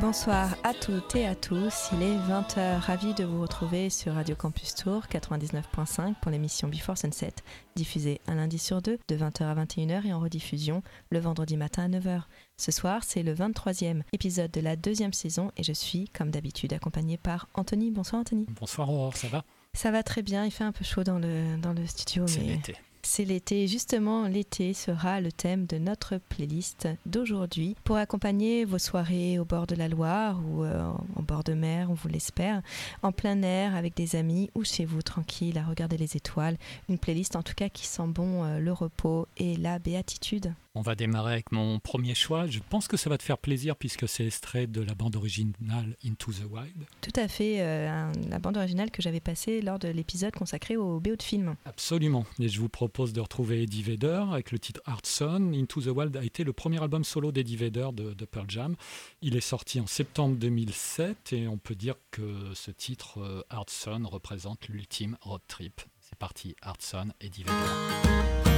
Bonsoir à toutes et à tous, il est 20h, ravi de vous retrouver sur Radio Campus Tour 99.5 pour l'émission Before Sunset, diffusée un lundi sur deux de 20h à 21h et en rediffusion le vendredi matin à 9h. Ce soir, c'est le 23e épisode de la deuxième saison et je suis, comme d'habitude, accompagnée par Anthony. Bonsoir Anthony. Bonsoir Aurore, ça va ? Ça va très bien, il fait un peu chaud dans le studio. C'est l'été. C'est l'été. Justement, l'été sera le thème de notre playlist d'aujourd'hui pour accompagner vos soirées au bord de la Loire ou en bord de mer, on vous l'espère, en plein air avec des amis ou chez vous tranquille à regarder les étoiles. Une playlist en tout cas qui sent bon le repos et la béatitude. On va démarrer avec mon premier choix. Je pense que ça va te faire plaisir puisque c'est extrait de la bande originale Into the Wild. Tout à fait, la bande originale que j'avais passée lors de l'épisode consacré au BO de film. Absolument. Et je vous propose de retrouver Eddie Vedder avec le titre Heart Sun. Into the Wild a été le premier album solo d'Eddie Vedder de Pearl Jam. Il est sorti en septembre 2007 et on peut dire que ce titre Heart Sun représente l'ultime road trip. C'est parti, Heart Sun, Eddie Vedder.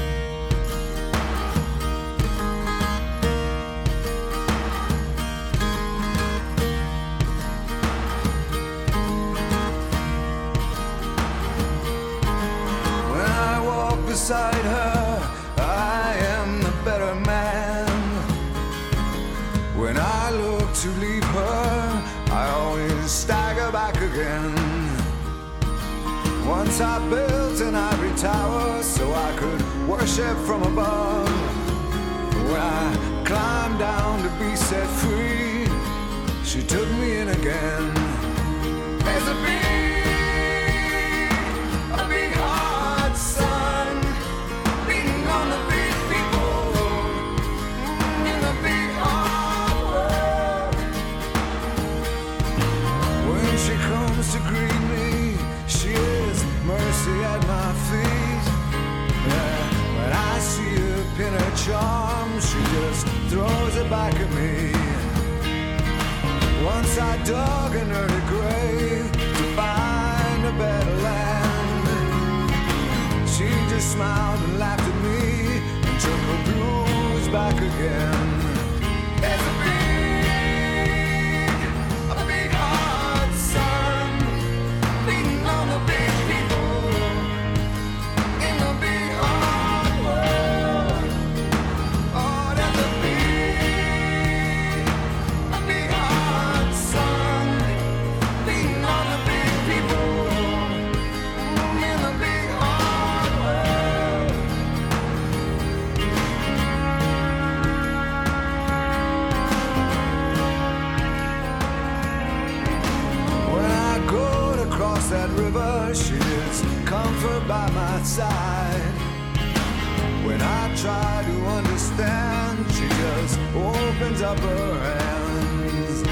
Beside her, I am the better man. When I look to leave her, I always stagger back again. Once I built an ivory tower so I could worship from above. When I climbed down to be set free, she took me in again. There's a big hard sun on the big people in the big hard world. When she comes to greet me, she is mercy at my feet. Yeah, when I see her pin her charm, she just throws it back at me. Once I dug an early grave to find a better land. She just smiled and laughed at me and took her blues back again. There's a big hard sun beating on the big people in the big hard world. Oh, there's a big hard sun beating on the big people in the big hard world. When I go to cross that river, she is comfort by my side. When I try to understand, she just opens up her hands.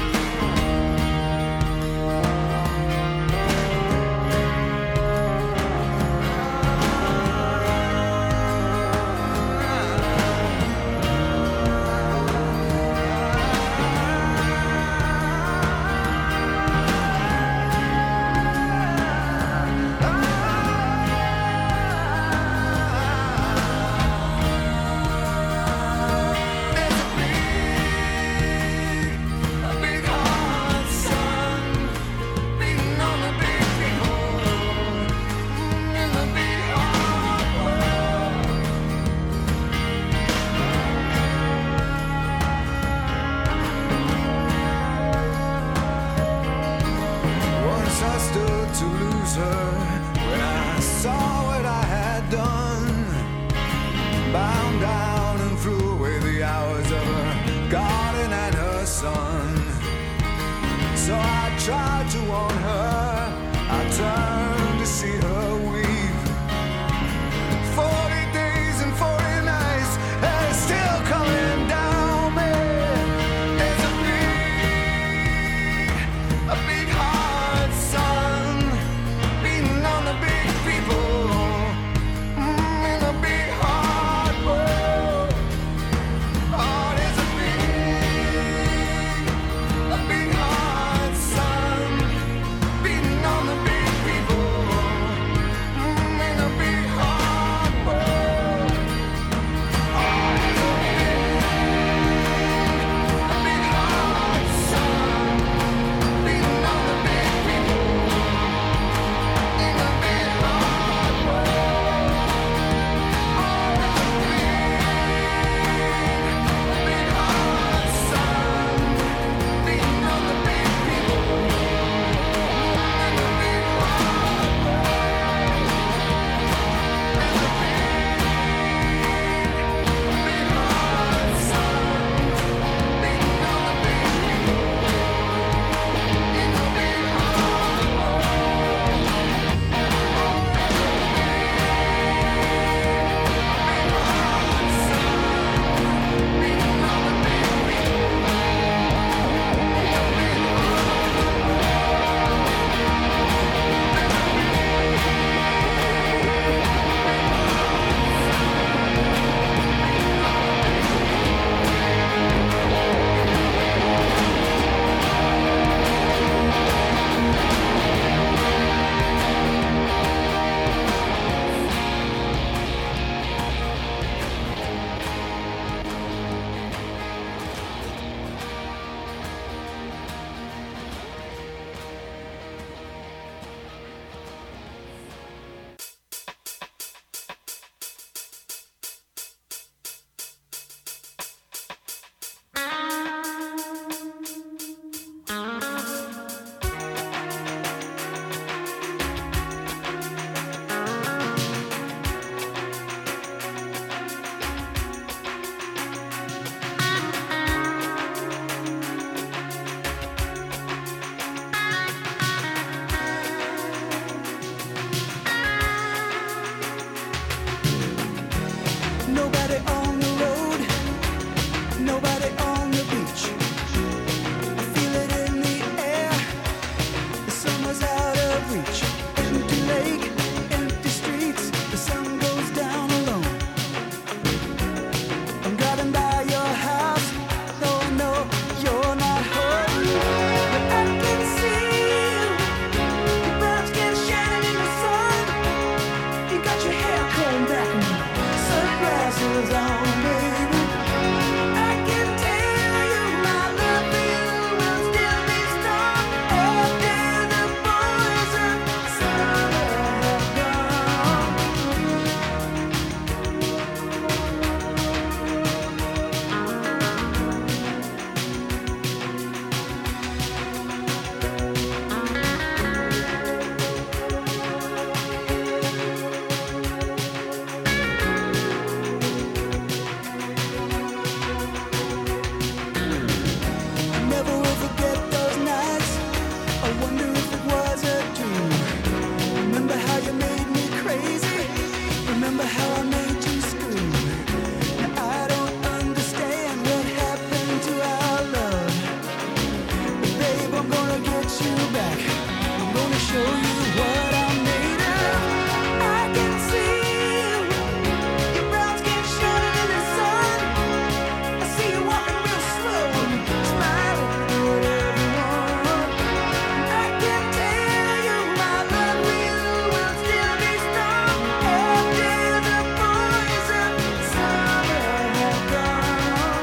show you what I'm made of. I can see you, your brown skin shining in the sun. I see you walking real slow, smiling at everyone. I can tell you my love for you will still be strong after the boys of summer have gone.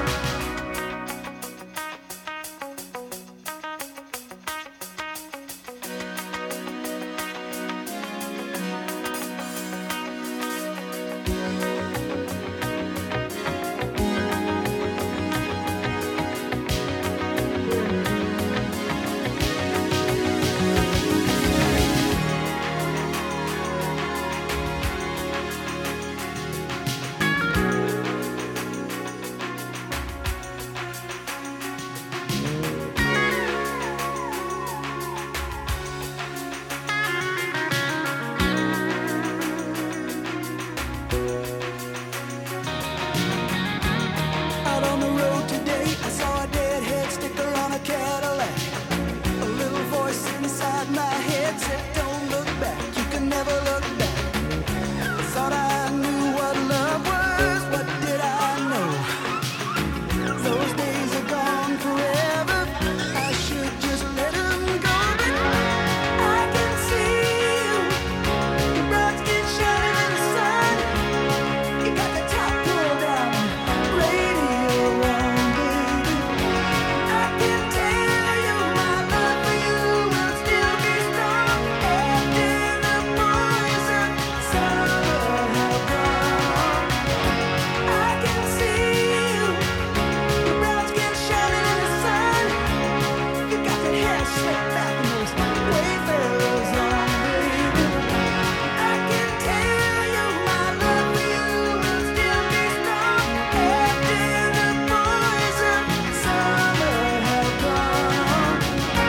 Out on the road today, I saw a deadhead sticker on a Cadillac. A little voice inside my head said, don't look back, you can never look back. I thought I knew what love was, what did I know? Those days are gone forever, I should just let them go. But I can see you, your brown skin shining in the sun. You got the top pulled down, radio on, baby. I can tell you my love for you will still be strong after the boys of summer have gone. I can see you, your brown skin shining in the sun. You got that hair slicked back and those wayfarers on, baby. I can tell you my love for you will still be strong after the boys of summer have gone.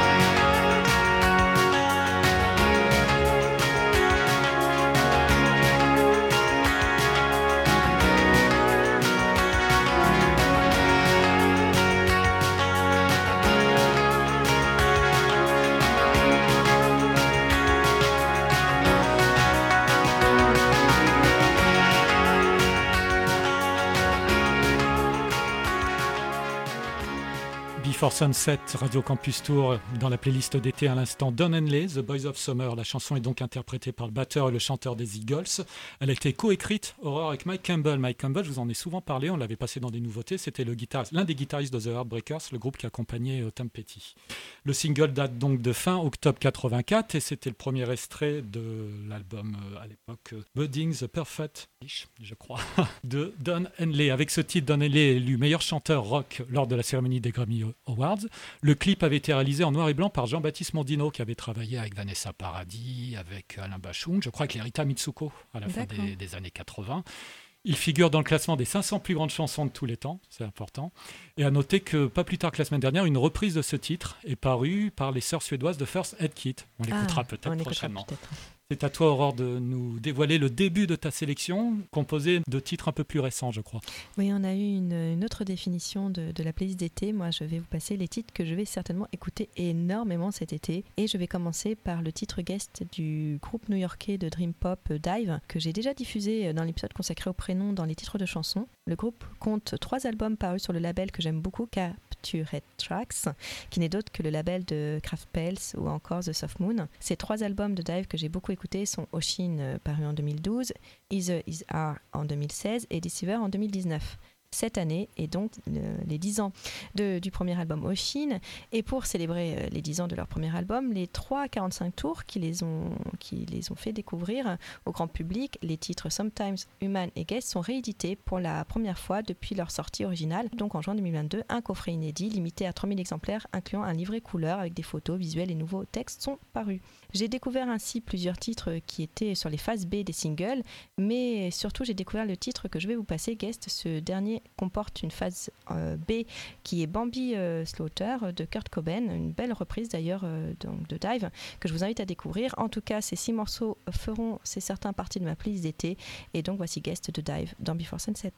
Before Sunset, Radio Campus Tour, dans la playlist d'été à l'instant, Don Henley, The Boys of Summer. La chanson est donc interprétée par le batteur et le chanteur des Eagles. Elle a été coécrite, Aurore, avec Mike Campbell. Mike Campbell, je vous en ai souvent parlé, on l'avait passé dans des nouveautés, c'était l'un des guitaristes de The Heartbreakers, le groupe qui accompagnait Tom Petty. Le single date donc de fin octobre 84 et c'était le premier extrait de l'album à l'époque Budding the Perfect Dish, je crois, de Don Henley. Avec ce titre, Don Henley est élu meilleur chanteur rock lors de la cérémonie des Grammy Awards. Le clip avait été réalisé en noir et blanc par Jean-Baptiste Mondino qui avait travaillé avec Vanessa Paradis, avec Alain Bachung, je crois avec Rita Mitsuko à la fin des années 80. Il figure dans le classement des 500 plus grandes chansons de tous les temps, c'est important. Et à noter que pas plus tard que la semaine dernière, une reprise de ce titre est parue par les sœurs suédoises de First Aid Kit. On l'écoutera peut-être prochainement. C'est à toi, Aurore, de nous dévoiler le début de ta sélection, composée de titres un peu plus récents, je crois. Oui, on a eu une autre définition de la playlist d'été. Moi, je vais vous passer les titres que je vais certainement écouter énormément cet été. Et je vais commencer par le titre guest du groupe new-yorkais de Dream Pop Dive, que j'ai déjà diffusé dans l'épisode consacré au prénom dans les titres de chansons. Le groupe compte 3 albums parus sur le label que j'aime beaucoup, Captured Tracks, qui n'est d'autre que le label de Kraft Pels ou encore The Soft Moon. Ces 3 albums de Dive que j'ai beaucoup écoutés sont Oshin paru en 2012, Either Is Are en 2016 et Deceiver en 2019. Cette année et donc les 10 ans du premier album Oshin, et pour célébrer les 10 ans de leur premier album, les 3 45 tours qui les ont fait découvrir au grand public, les titres Sometimes, Human et Guest sont réédités pour la première fois depuis leur sortie originale, donc en juin 2022. Un coffret inédit limité à 3000 exemplaires incluant un livret couleur avec des photos, visuels et nouveaux textes sont parus. J'ai découvert ainsi plusieurs titres qui étaient sur les phases B des singles, mais surtout j'ai découvert le titre que je vais vous passer, Guest. Ce dernier comporte une phase B qui est Bambi Slaughter de Kurt Cobain, une belle reprise d'ailleurs de Dive que je vous invite à découvrir. En tout cas, ces 6 morceaux feront, c'est certain, partie de ma playlist d'été, et donc voici Guest de Dive dans Before Sunset.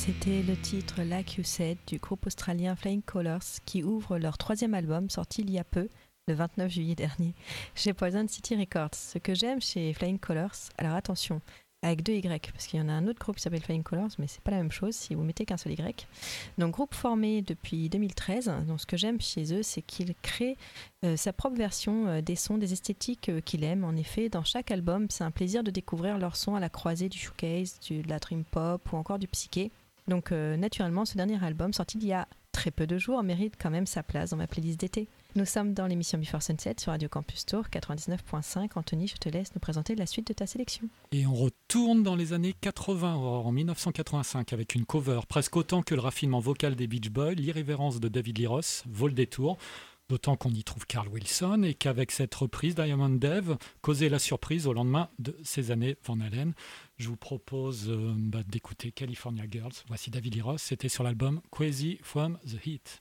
C'était le titre Like You Said du groupe australien Flying Colours qui ouvre leur 3e album sorti il y a peu, le 29 juillet dernier, chez Poison City Records. Ce que j'aime chez Flying Colours, alors attention, avec 2 Y, parce qu'il y en a un autre groupe qui s'appelle Flying Colours, mais c'est pas la même chose si vous mettez qu'un seul Y. Donc groupe formé depuis 2013, donc ce que j'aime chez eux, c'est qu'ils créent sa propre version des sons, des esthétiques qu'il aime. En effet, dans chaque album, c'est un plaisir de découvrir leurs sons à la croisée du shoegaze, de la dream pop ou encore du psyché. Donc naturellement, ce dernier album, sorti il y a très peu de jours, mérite quand même sa place dans ma playlist d'été. Nous sommes dans l'émission Before Sunset sur Radio Campus Tour 99.5. Anthony, je te laisse nous présenter la suite de ta sélection. Et on retourne dans les années 80, en 1985, avec une cover presque autant que le raffinement vocal des Beach Boys, l'irrévérence de David Lee Roth, Vol des Tours. D'autant qu'on y trouve Carl Wilson et qu'avec cette reprise, Diamond Dave causait la surprise au lendemain de ces années Van Halen. Je vous propose d'écouter California Girls. Voici David Lee Roth, c'était sur l'album Crazy from the Heat.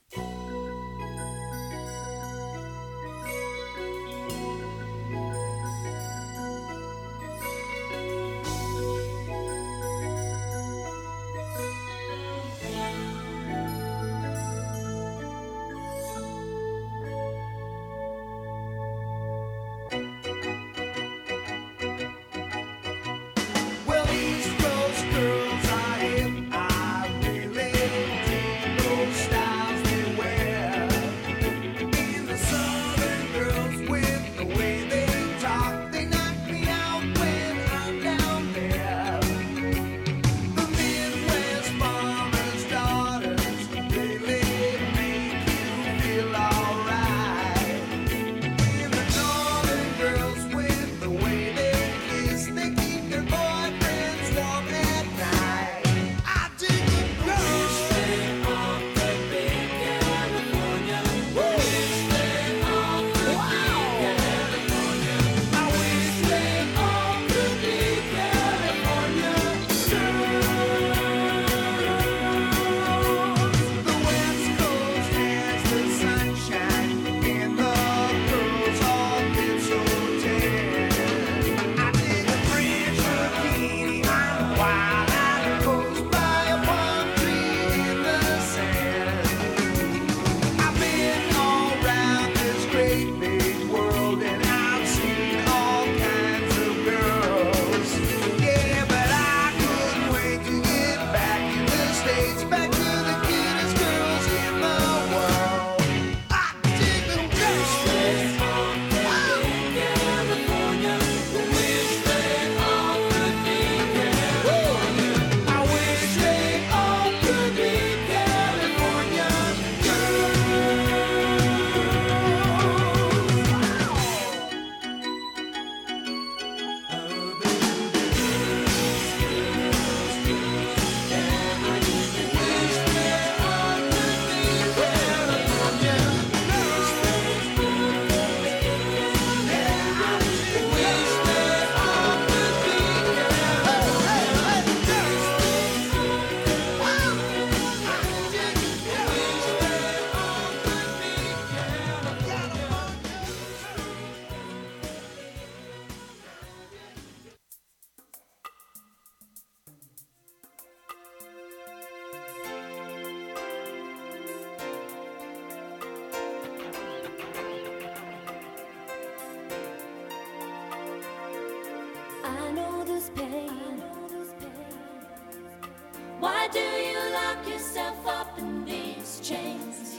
Why do you lock yourself up in these chains?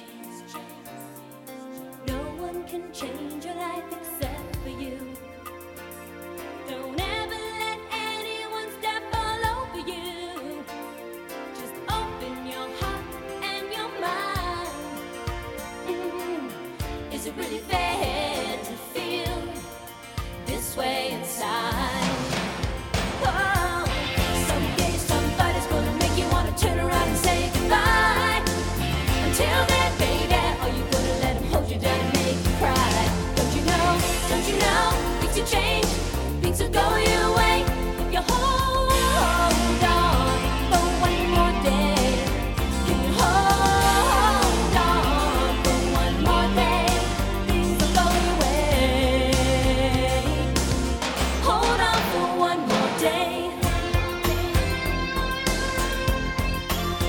No one can change your life except for you. Don't ever let anyone step all over you. Just open your heart and your mind. Is it really fair to feel this way inside? Turn around and say goodbye. Until then, baby, are you gonna let him hold you down and make you cry? Don't you know, things will change, things will go your way if you hold on for one more day. Can you hold on for one more day? Things will go your way. Hold on for one more day.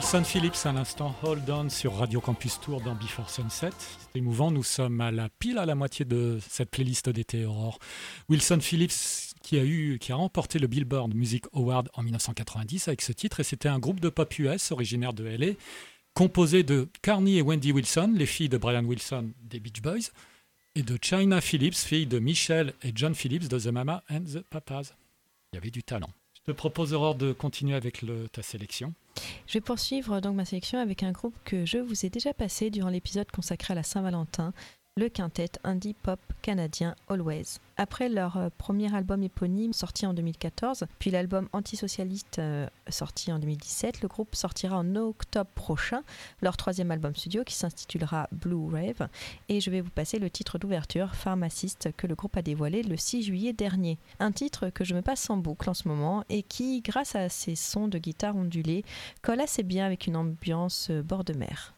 Wilson Phillips à l'instant, Hold On sur Radio Campus Tour dans Before Sunset. C'est émouvant, nous sommes à la pile à la moitié de cette playlist d'été Aurore. Wilson Phillips qui a remporté le Billboard Music Award en 1990 avec ce titre, et c'était un groupe de pop US originaire de LA, composé de Carney et Wendy Wilson, les filles de Brian Wilson des Beach Boys, et de Chynna Phillips, fille de Michelle et John Phillips de The Mama and the Papas. Il y avait du talent. Je te propose, Aurore, de continuer avec ta sélection. Je vais poursuivre donc ma sélection avec un groupe que je vous ai déjà passé durant l'épisode consacré à la Saint-Valentin, le quintet indie pop canadien Always. Après leur premier album éponyme sorti en 2014, puis l'album Antisocialiste sorti en 2017, le groupe sortira en octobre prochain leur troisième album studio qui s'intitulera Blue Rave, et je vais vous passer le titre d'ouverture, Pharmacist, que le groupe a dévoilé le 6 juillet dernier. Un titre que je me passe en boucle en ce moment et qui, grâce à ses sons de guitare ondulés, colle assez bien avec une ambiance bord de mer.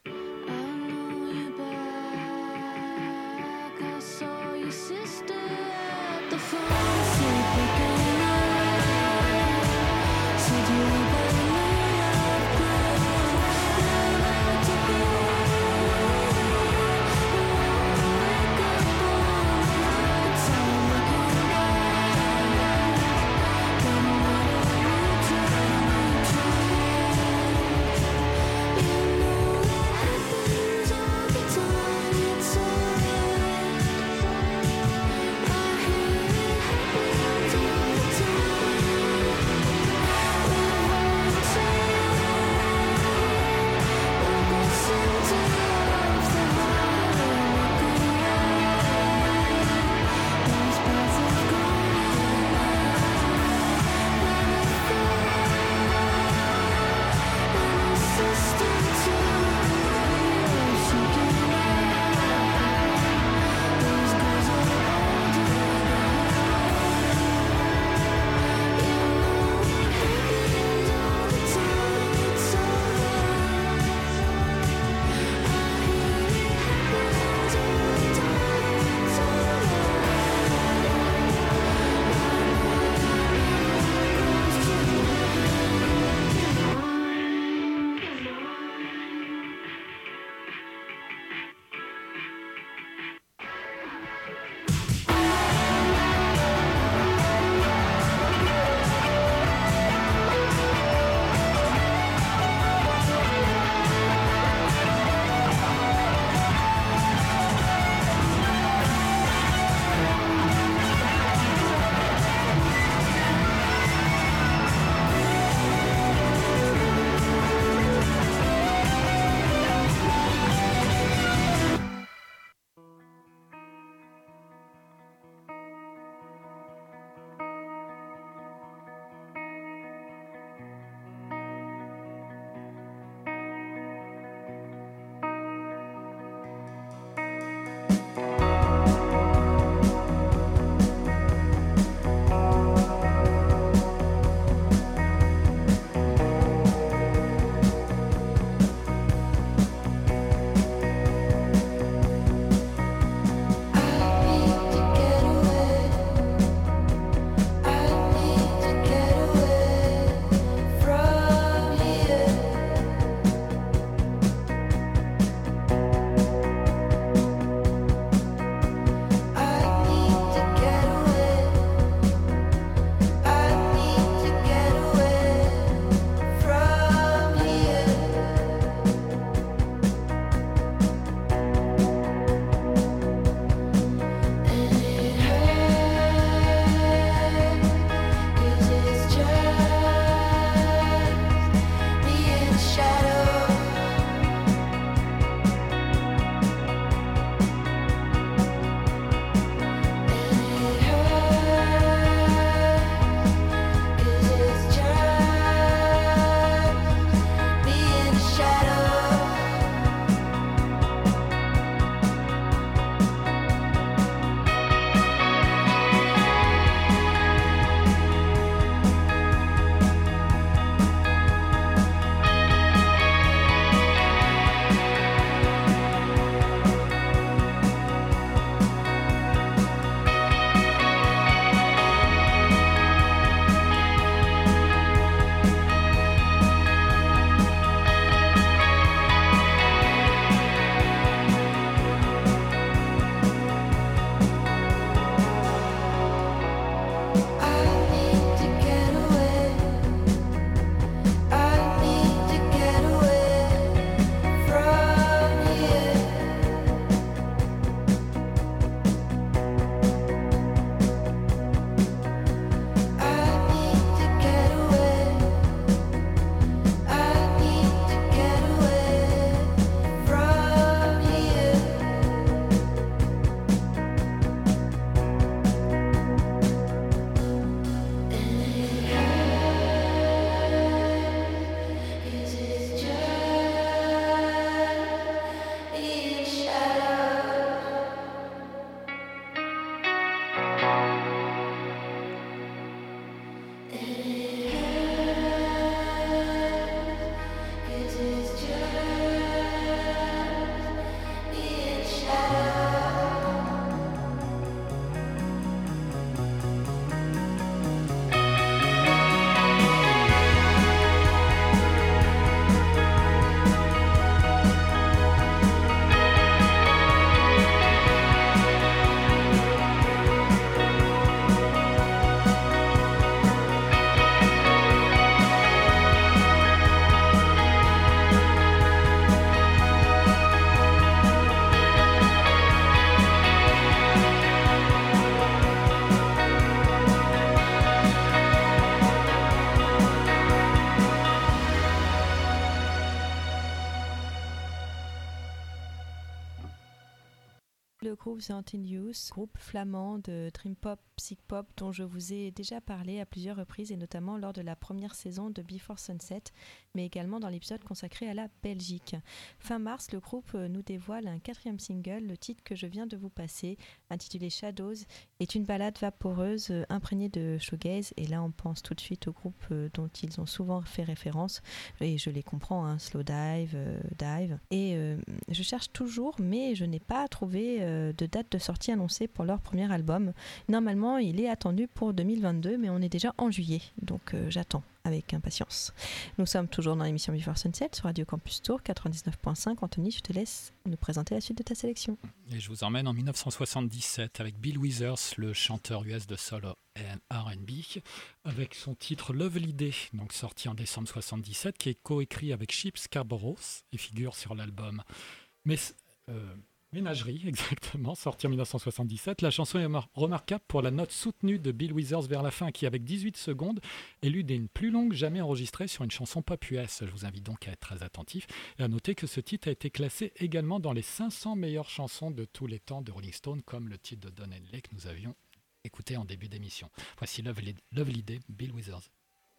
le groupe The Antilles, groupe flamand de dream pop, psych pop dont je vous ai déjà parlé à plusieurs reprises et notamment lors de la première saison de Before Sunset, mais également dans l'épisode consacré à la Belgique. Fin mars, le groupe nous dévoile un 4e single, le titre que je viens de vous passer, intitulé Shadows, est une ballade vaporeuse imprégnée de shoegaze, et là on pense tout de suite au groupe dont ils ont souvent fait référence, et je les comprends, hein, Slow Dive, Dive, et je cherche toujours, mais je n'ai pas trouvé de date de sortie annoncée pour leur premier album. Normalement, il est attendu pour 2022, mais on est déjà en juillet, donc j'attends avec impatience. Nous sommes toujours dans l'émission Before Sunset sur Radio Campus Tour 99.5. Anthony, je te laisse nous présenter la suite de ta sélection. Et je vous emmène en 1977 avec Bill Withers, le chanteur US de soul et R&B, avec son titre Lovely Day, donc sorti en décembre 1977, qui est coécrit avec Chip Scarborough et figure sur l'album Ménagerie, exactement, sorti en 1977. La chanson est remarquable pour la note soutenue de Bill Withers vers la fin, qui, avec 18 secondes, est l'une des plus longues jamais enregistrées sur une chanson pop US. Je vous invite donc à être très attentif et à noter que ce titre a été classé également dans les 500 meilleures chansons de tous les temps de Rolling Stone, comme le titre de Don Henley que nous avions écouté en début d'émission. Voici Lovely Day, Bill Withers.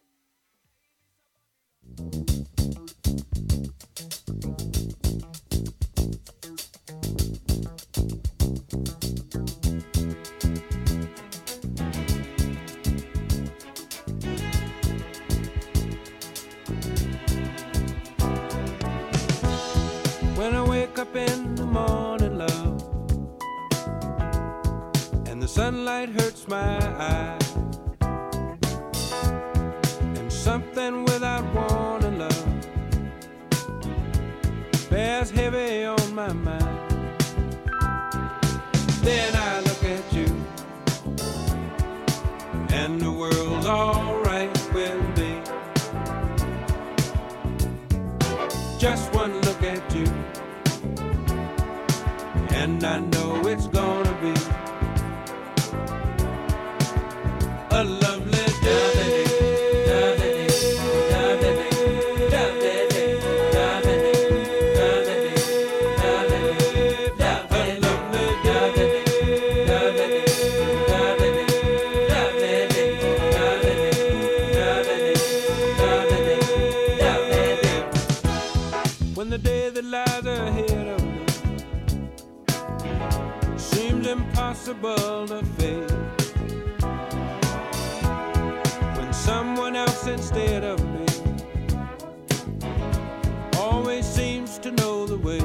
When I wake up in the morning, love, and the sunlight hurts my eyes, and something without warning, love, bears heavy on my mind. Then I look at you, and the world's alright with me. Just one look at you, and I know it's gonna be a lovely day. When the day that lies ahead of me seems impossible to face, when someone else instead of me always seems to know the way,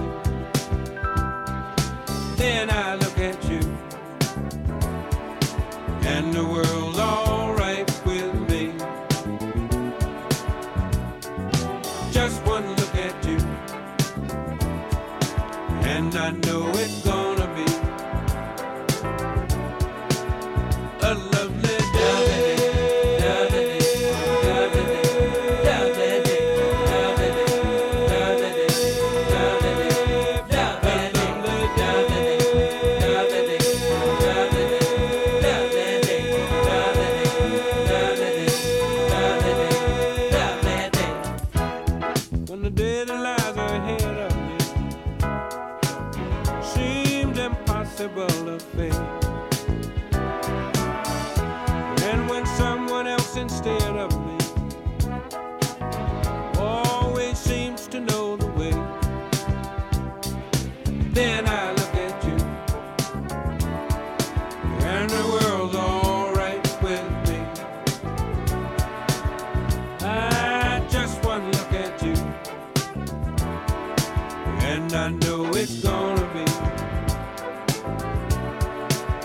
then I look at you, and the world's alright with me. Just one look at you, and I know it's gonna be a lovely day. When the day that lies ahead of me seems impossible to face, and when someone else instead of me always seems to know the way, then I look at you, and the world's alright with me. I just one look at you, and I know it's gonna be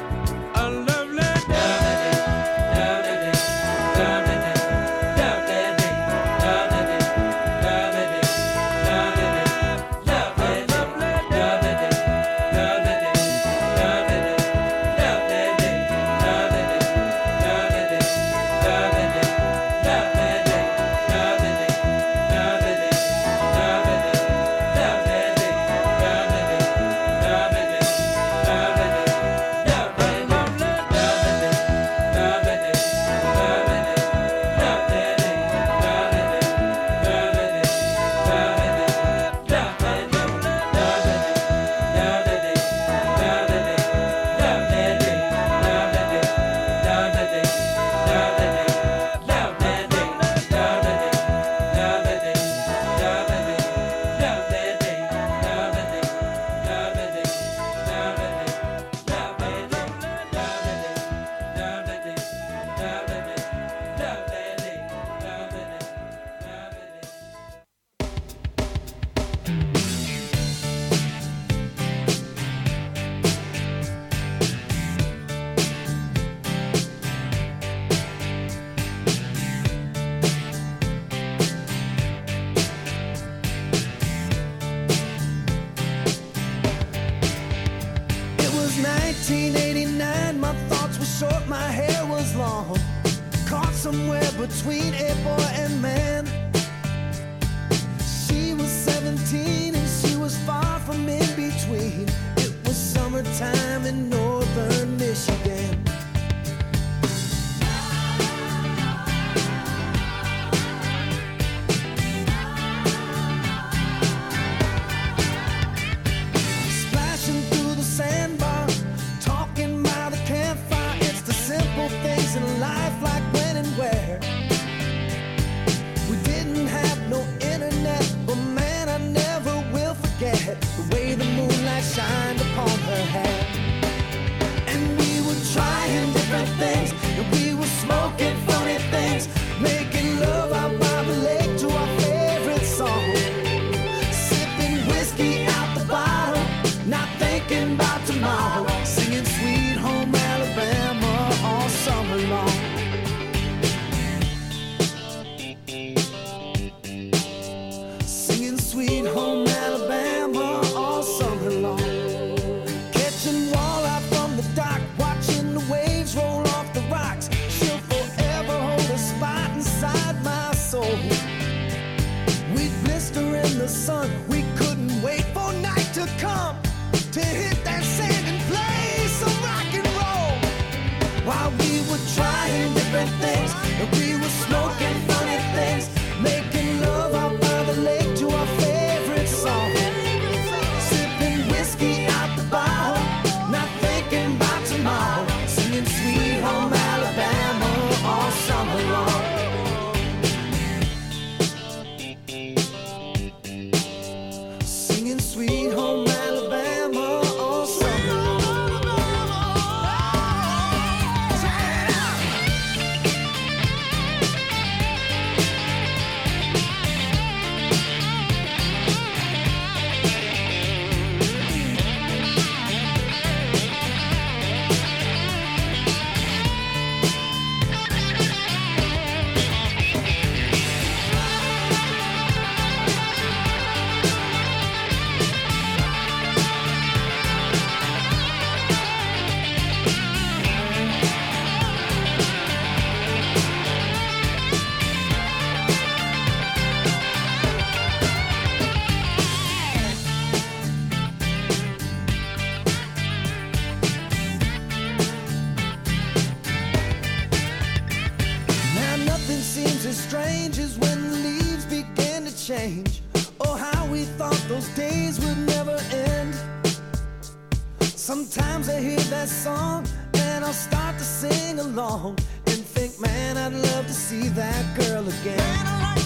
1989, my thoughts were short, my hair was long. Caught somewhere between a boy and man. She was 17 and she was far from in between. It was summertime in northern Michigan. Splashing through the sandbar, talking by the campfire. It's the simple things in life, like when and where. We didn't have no internet, but man, I never will forget the way the moonlight shined upon her hair. And we were trying different things, and we were smoking funny things, making love out by the lake to our favorite song, sipping whiskey out the bottle, not thinking about tomorrow, singing Sweet Home Alabama all summer long. Singing Sweet Home Alabama all summer long. Catching walleye from the dock, watching the waves roll off the rocks. She'll forever hold a spot inside my soul. We'd blister in the sun, we couldn't wait for night to come to hit that sand and play some rock and roll. While we were trying different things, and we were smoking funny things, making love out by the lake to our favorite song, sipping whiskey out the bottle, not thinking about tomorrow, singing Sweet Home Alabama all summer long. Singing Sweet Home Alabama all summer long. Now nothing seems as strange as when the leaves begin to change. Oh, how we thought those days would never end. Sometimes I hear that song and I'll start to sing along and think, man, I'd love to see that girl again.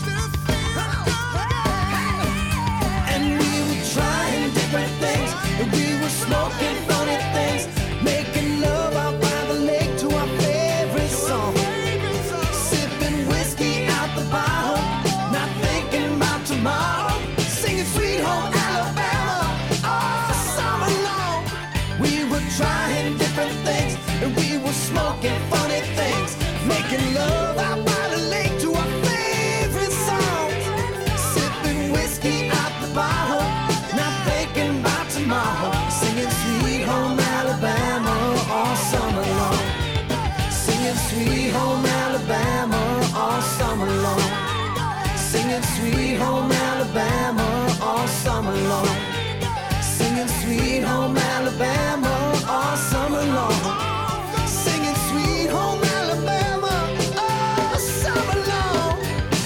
And we were trying different things, and we were smoking funny things, making love out by the lake to our favorite song, sipping whiskey out the bottle, not thinking about tomorrow, singing Sweet Home Alabama all summer long. We were trying different things, and we were smoking funny things, making love out by the lake to our favorite song, sipping whiskey out the bottle, not thinking about tomorrow, singing Sweet Home Alabama all summer long. Singing Sweet Home Alabama all summer long. Singing Sweet Home Alabama all summer long. Singing Sweet Home Alabama all summer long. Singing Sweet Home Alabama all summer long.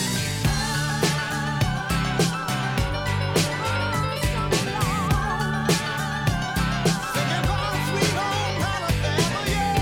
Singing home, Sweet Home Alabama,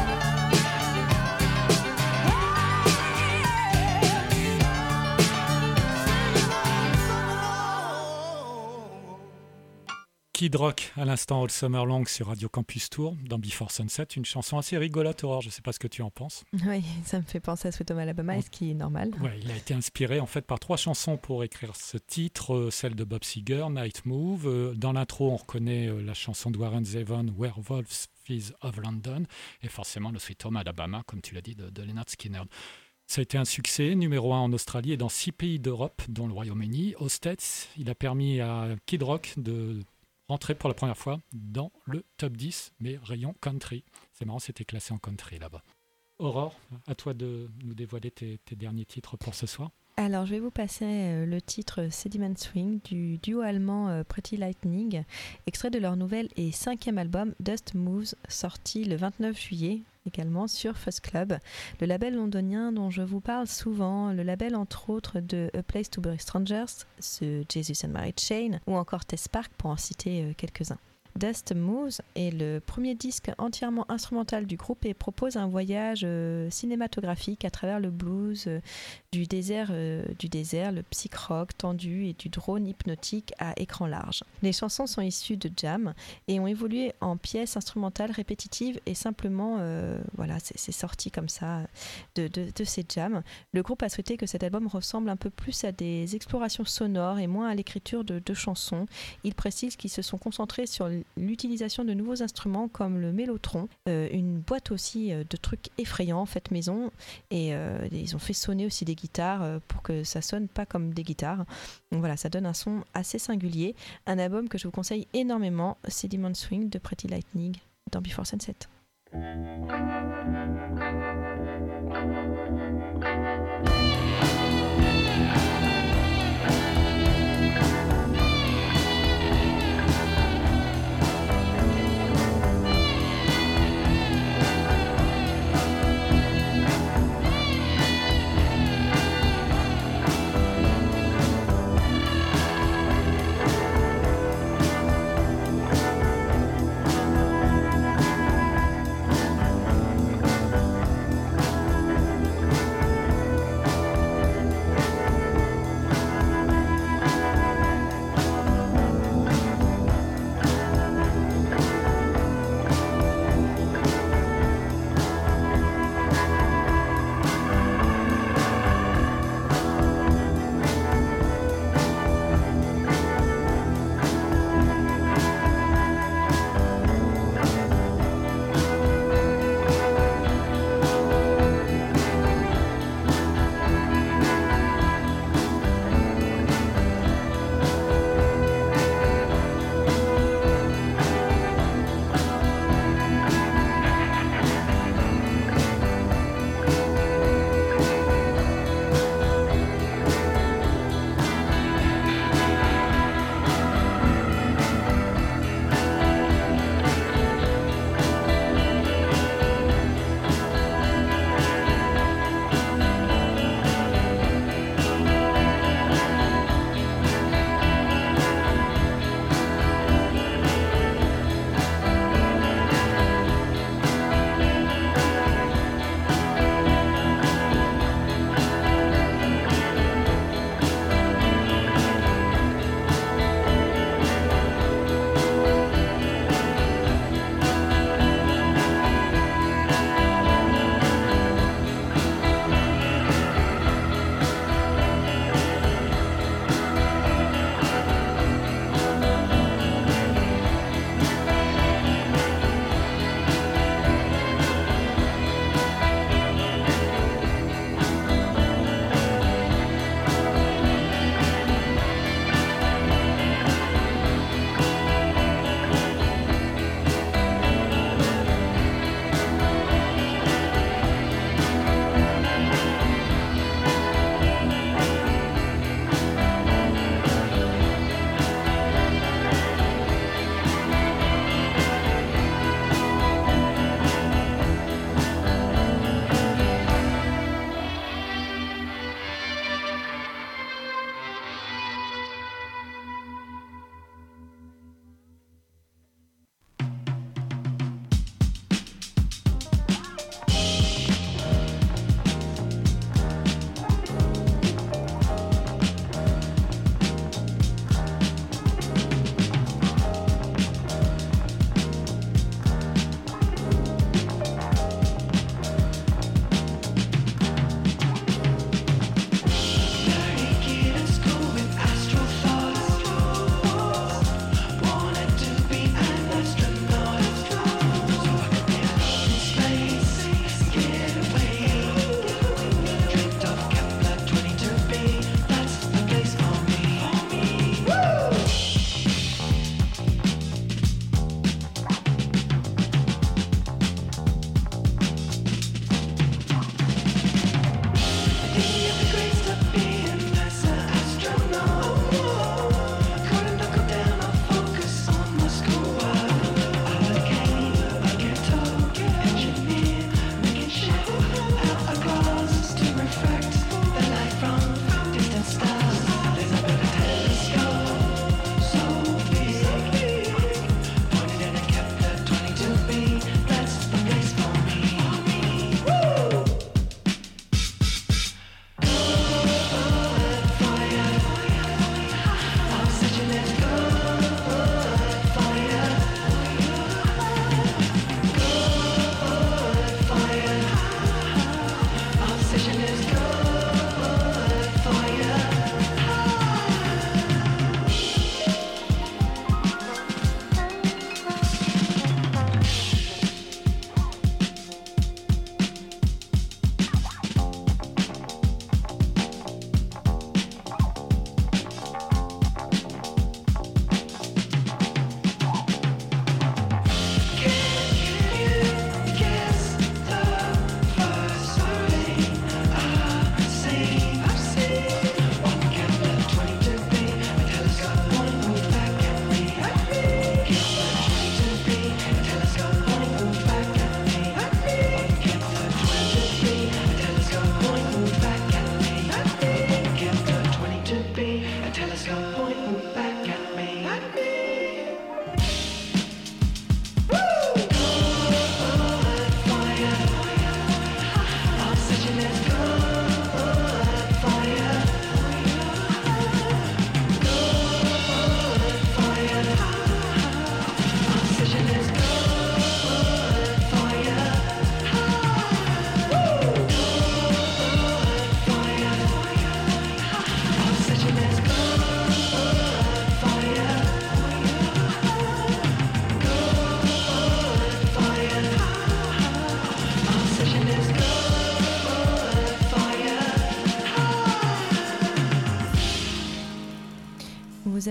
Kid Rock, à l'instant All Summer Long sur Radio Campus Tour, dans Before Sunset, une chanson assez rigolote, Aurore, je ne sais pas ce que tu en penses. Oui, ça me fait penser à Sweet Home Alabama, ce qui est normal. Ouais, il a été inspiré en fait par 3 chansons pour écrire ce titre, celle de Bob Seger, Night Move. Dans l'intro, on reconnaît la chanson de Warren Zevon, Werewolves of London, et forcément le Sweet Home Alabama, comme tu l'as dit, de Lynyrd Skynyrd. Ça a été un succès, numéro 1 en Australie et dans 6 pays d'Europe, dont le Royaume-Uni. Aux States, il a permis à Kid Rock de rentré pour la première fois dans le top 10, mais rayon country. C'est marrant, c'était classé en country là-bas. Aurore, à toi de nous dévoiler tes derniers titres pour ce soir. Alors, je vais vous passer le titre Sediment Swing du duo allemand Pretty Lightning, extrait de leur nouvel et 5e album Dust Moves, sorti le 29 juillet, également sur Fuzz Club, le label londonien dont je vous parle souvent, le label entre autres de A Place to Bury Strangers, The Jesus and Mary Chain, ou encore Test Park, pour en citer quelques-uns. Dust Moves est le premier disque entièrement instrumental du groupe et propose un voyage cinématographique à travers le blues, du désert, le psych rock tendu et du drone hypnotique à écran large. Les chansons sont issues de jams et ont évolué en pièces instrumentales répétitives et simplement, c'est sorti comme ça de ces jams. Le groupe a souhaité que cet album ressemble un peu plus à des explorations sonores et moins à l'écriture de chansons. Il précise qu'ils se sont concentrés sur l'utilisation de nouveaux instruments comme le mélotron, une boîte aussi de trucs effrayants faites maison, et ils ont fait sonner aussi des guitares pour que ça sonne pas comme des guitares. Donc voilà, ça donne un son assez singulier. Un album que je vous conseille énormément, Sediment Swing de Pretty Lightning dans Before Sunset.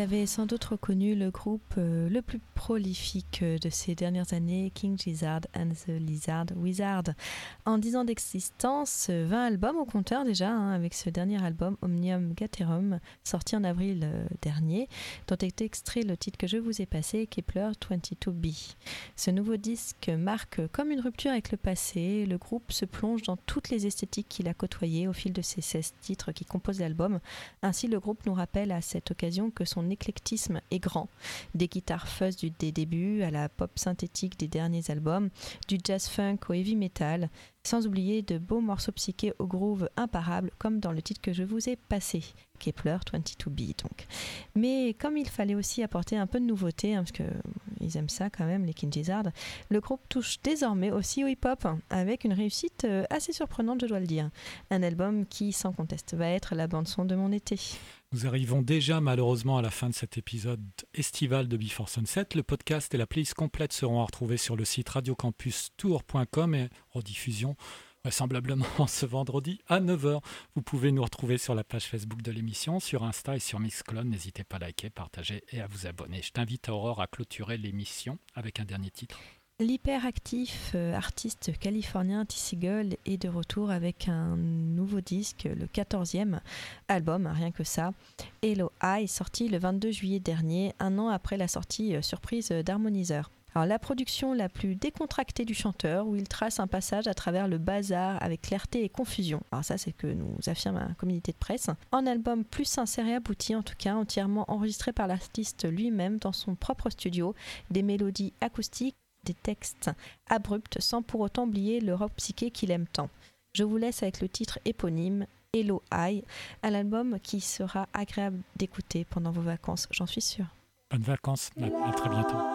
avez sans doute reconnu le groupe le plus prolifique de ces dernières années, King Gizzard and the Lizard Wizard. En 10 ans d'existence, 20 albums au compteur déjà, avec ce dernier album Omnium Gatherum, sorti en avril dernier, dont est extrait le titre que je vous ai passé, Kepler 22b. Ce nouveau disque marque comme une rupture avec le passé. Le groupe se plonge dans toutes les esthétiques qu'il a côtoyées au fil de ces 16 titres qui composent l'album. Ainsi, le groupe nous rappelle à cette occasion que son éclectisme est grand. Des guitares fuzz des débuts à la pop synthétique des derniers albums, du jazz funk au heavy metal, sans oublier de beaux morceaux psychés au groove imparable comme dans le titre que je vous ai passé, Kepler 22b donc. Mais comme il fallait aussi apporter un peu de nouveauté, parce qu'ils aiment ça quand même, les King Gizzard, le groupe touche désormais aussi au hip-hop, avec une réussite assez surprenante, je dois le dire. Un album qui, sans conteste, va être la bande-son de mon été. Nous arrivons déjà malheureusement à la fin de cet épisode estival de Before Sunset. Le podcast et la playlist complète seront à retrouver sur le site radiocampustour.com et rediffusion vraisemblablement ce vendredi à 9h. Vous pouvez nous retrouver sur la page Facebook de l'émission, sur Insta et sur Mixcloud. N'hésitez pas à liker, partager et à vous abonner. Je t'invite Aurore à clôturer l'émission avec un dernier titre. L'hyperactif artiste californien T. Seagull est de retour avec un nouveau disque, le 14e album, rien que ça, Hello High, sorti le 22 juillet dernier, un an après la sortie surprise d'Harmonizer. Alors, la production la plus décontractée du chanteur, où il trace un passage à travers le bazar avec clarté et confusion. Alors ça, c'est ce que nous affirme un communiqué de presse. Un album plus sincère et abouti, en tout cas, entièrement enregistré par l'artiste lui-même dans son propre studio, des mélodies acoustiques, des textes abrupts, sans pour autant oublier le rock psyché qu'il aime tant. Je vous laisse avec le titre éponyme, Hello High, un album qui sera agréable d'écouter pendant vos vacances, j'en suis sûre. Bonnes vacances, à très bientôt.